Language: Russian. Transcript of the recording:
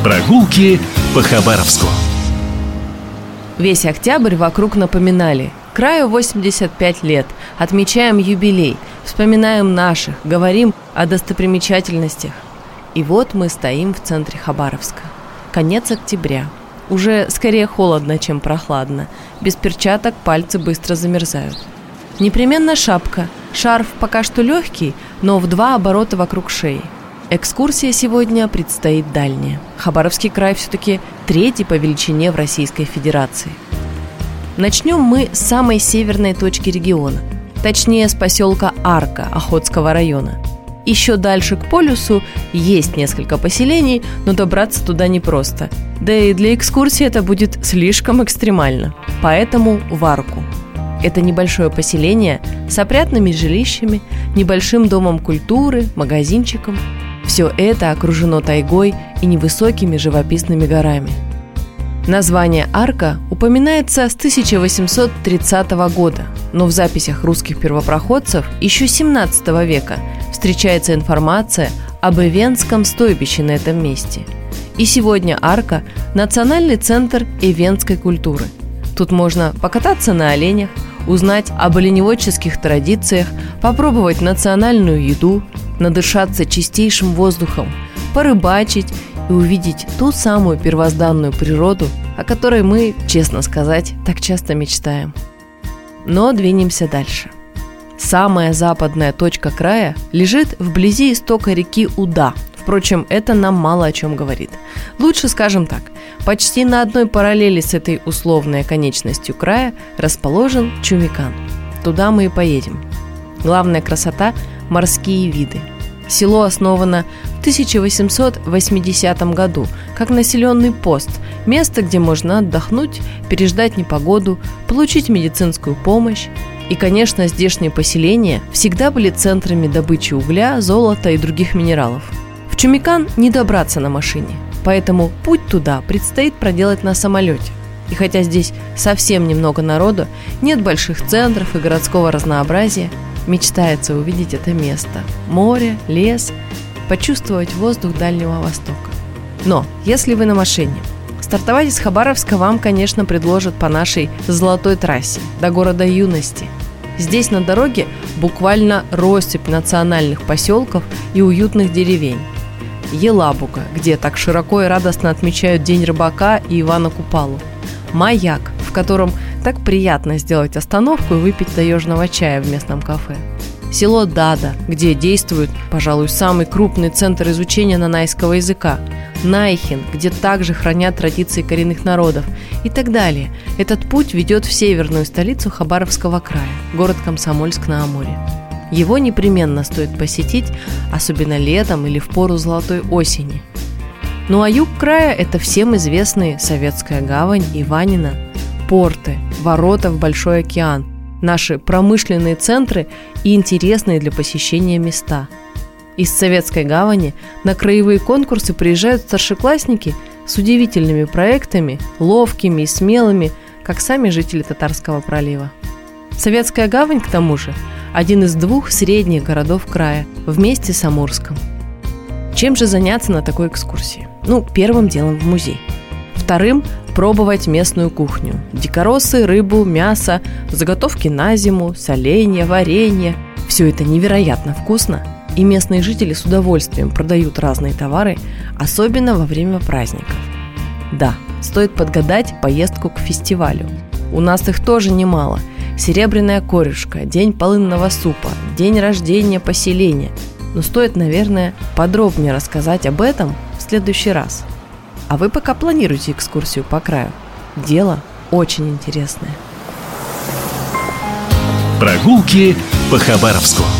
Прогулки по Хабаровску. Весь октябрь вокруг напоминали: краю 85 лет, отмечаем юбилей, вспоминаем наших, говорим о достопримечательностях. И вот мы стоим в центре Хабаровска. Конец октября. Уже скорее холодно, чем прохладно. Без перчаток пальцы быстро замерзают. Непременно шапка. Шарф пока что легкий, но в 2 оборота вокруг шеи. Экскурсия сегодня предстоит дальняя. Хабаровский край все-таки 3-й по величине в Российской Федерации. Начнем мы с самой северной точки региона, точнее с поселка Арка Охотского района. Еще дальше к полюсу есть несколько поселений, но добраться туда непросто. Да и для экскурсии это будет слишком экстремально. Поэтому в Арку. Это небольшое поселение с опрятными жилищами, небольшим домом культуры, магазинчиком. Все это окружено тайгой и невысокими живописными горами. Название Арка упоминается с 1830 года, но в записях русских первопроходцев еще 17 века встречается информация об Эвенском стойбище на этом месте. И сегодня Арка – национальный центр эвенской культуры. Тут можно покататься на оленях, узнать об оленеводческих традициях, попробовать национальную еду, надышаться чистейшим воздухом, порыбачить и увидеть ту самую первозданную природу, о которой мы, честно сказать, так часто мечтаем. Но двинемся дальше. Самая западная точка края лежит вблизи истока реки Уда. Впрочем, это нам мало о чем говорит. Лучше скажем так: почти на одной параллели с этой условной оконечностью края расположен Чумикан. Туда мы и поедем. Главная красота – морские виды. Село основано в 1880 году как населенный пост, место, где можно отдохнуть, переждать непогоду, получить медицинскую помощь. И, конечно, здешние поселения всегда были центрами добычи угля, золота и других минералов. В Чумикан не добраться на машине, поэтому путь туда предстоит проделать на самолете. И хотя здесь совсем немного народу, нет больших центров и городского разнообразия, мечтается увидеть это место – море, лес, почувствовать воздух Дальнего Востока. Но если вы на машине, стартовать из Хабаровска вам, конечно, предложат по нашей золотой трассе до города Юности. Здесь на дороге буквально россыпь национальных поселков и уютных деревень. Елабуга, где так широко и радостно отмечают День рыбака и Ивана Купалу. Маяк, в котором так приятно сделать остановку и выпить таежного чая в местном кафе. Село Дада, где действует, пожалуй, самый крупный центр изучения нанайского языка. Найхин, где также хранят традиции коренных народов. И так далее. Этот путь ведет в северную столицу Хабаровского края, город Комсомольск-на-Амуре. Его непременно стоит посетить, особенно летом или в пору золотой осени. Ну а юг края – это всем известные Советская гавань и Ванино, порты, ворота в Большой океан, наши промышленные центры и интересные для посещения места. Из Советской гавани на краевые конкурсы приезжают старшеклассники с удивительными проектами, ловкими и смелыми, как сами жители Татарского пролива. Советская гавань, к тому же, один из 2 средних городов края, вместе с Амурском. Чем же заняться на такой экскурсии? Первым делом в музей. Вторым – пробовать местную кухню. Дикоросы, рыбу, мясо, заготовки на зиму, соленья, варенье. Все это невероятно вкусно, и местные жители с удовольствием продают разные товары, особенно во время праздников. Да, стоит подгадать поездку к фестивалю. У нас их тоже немало. Серебряная корешка, день полынного супа, день рождения поселения. Но стоит, наверное, подробнее рассказать об этом в следующий раз. А вы пока планируете экскурсию по краю. Дело очень интересное. Прогулки по Хабаровску.